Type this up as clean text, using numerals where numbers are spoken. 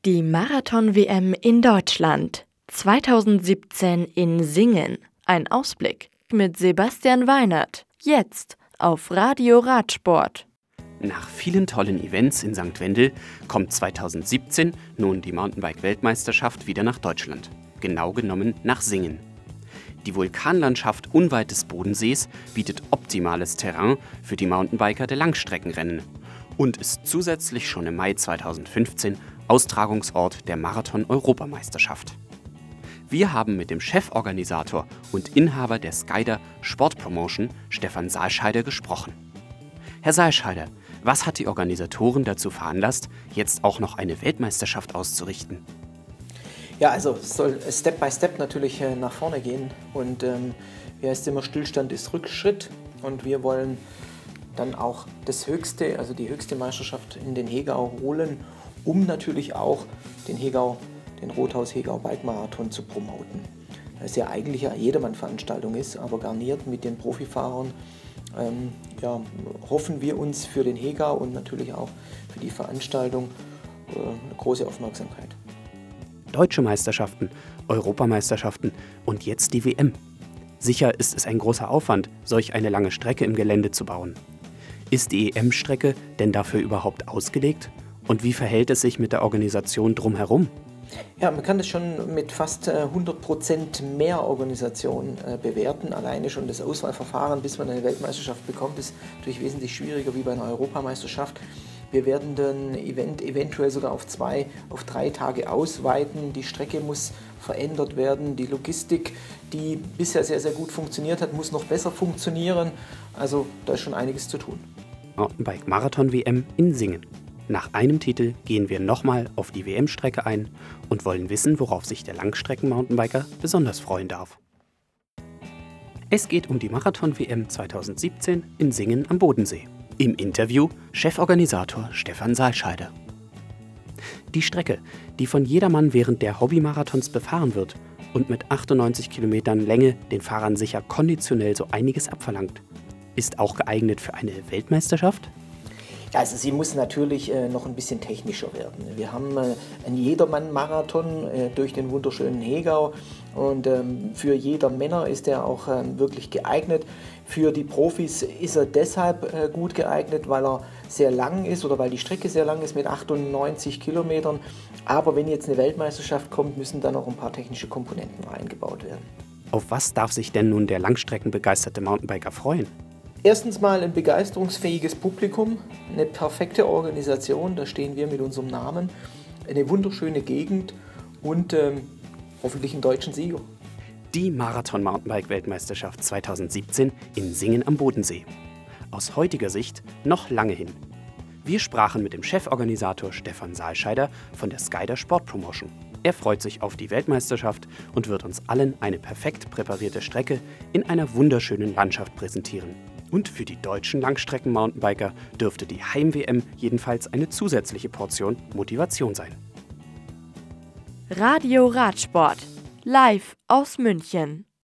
Die Marathon-WM in Deutschland 2017 in Singen. Ein Ausblick mit Sebastian Weinert. Jetzt auf Radio Radsport. Nach vielen tollen Events in St. Wendel kommt 2017 nun die Mountainbike-Weltmeisterschaft wieder nach Deutschland. Genau genommen nach Singen. Die Vulkanlandschaft unweit des Bodensees bietet optimales Terrain für die Mountainbiker der Langstreckenrennen und ist zusätzlich schon im Mai 2015 Austragungsort der Marathon-Europameisterschaft. Wir haben mit dem Cheforganisator und Inhaber der Skyder Sport Promotion, Stefan Saalscheider, gesprochen. Herr Saalscheider, was hat die Organisatoren dazu veranlasst, jetzt auch noch eine Weltmeisterschaft auszurichten? Ja, also es soll Step by Step natürlich nach vorne gehen und wie heißt immer, Stillstand ist Rückschritt und wir wollen dann auch das höchste, also die höchste Meisterschaft in den Hegau holen, um natürlich auch den Rothaus-Hegau Bike Marathon zu promoten. Das ja eigentlich eine Jedermann-Veranstaltung ist, aber garniert mit den Profifahrern hoffen wir uns für den Hegau und natürlich auch für die Veranstaltung eine große Aufmerksamkeit. Deutsche Meisterschaften, Europameisterschaften und jetzt die WM. Sicher ist es ein großer Aufwand, solch eine lange Strecke im Gelände zu bauen. Ist die EM-Strecke denn dafür überhaupt ausgelegt? Und wie verhält es sich mit der Organisation drumherum? Ja, man kann das schon mit fast 100% mehr Organisation bewerten. Alleine schon das Auswahlverfahren, bis man eine Weltmeisterschaft bekommt, ist natürlich wesentlich schwieriger wie bei einer Europameisterschaft. Wir werden den Event eventuell sogar auf 3 Tage ausweiten. Die Strecke muss verändert werden. Die Logistik, die bisher sehr, sehr gut funktioniert hat, muss noch besser funktionieren. Also da ist schon einiges zu tun. Mountainbike Marathon WM in Singen. Nach einem Titel gehen wir nochmal auf die WM-Strecke ein und wollen wissen, worauf sich der Langstrecken-Mountainbiker besonders freuen darf. Es geht um die Marathon-WM 2017 in Singen am Bodensee. Im Interview Cheforganisator Stefan Saalscheider. Die Strecke, die von jedermann während der Hobbymarathons befahren wird und mit 98 Kilometern Länge den Fahrern sicher konditionell so einiges abverlangt, ist auch geeignet für eine Weltmeisterschaft? Ja, also sie muss natürlich noch ein bisschen technischer werden. Wir haben einen Jedermann-Marathon durch den wunderschönen Hegau und für jeder Männer ist er auch wirklich geeignet. Für die Profis ist er deshalb gut geeignet, weil er sehr lang ist oder weil die Strecke sehr lang ist mit 98 Kilometern. Aber wenn jetzt eine Weltmeisterschaft kommt, müssen da noch ein paar technische Komponenten eingebaut werden. Auf was darf sich denn nun der langstreckenbegeisterte Mountainbiker freuen? Erstens mal ein begeisterungsfähiges Publikum, eine perfekte Organisation, da stehen wir mit unserem Namen, eine wunderschöne Gegend und hoffentlich einen deutschen Sieger. Die Marathon-Mountainbike-Weltmeisterschaft 2017 in Singen am Bodensee. Aus heutiger Sicht noch lange hin. Wir sprachen mit dem Cheforganisator Stefan Saalscheider von der Skyder Sport Promotion. Er freut sich auf die Weltmeisterschaft und wird uns allen eine perfekt präparierte Strecke in einer wunderschönen Landschaft präsentieren. Und für die deutschen Langstrecken-Mountainbiker dürfte die Heim-WM jedenfalls eine zusätzliche Portion Motivation sein. Radio Radsport. Live aus München.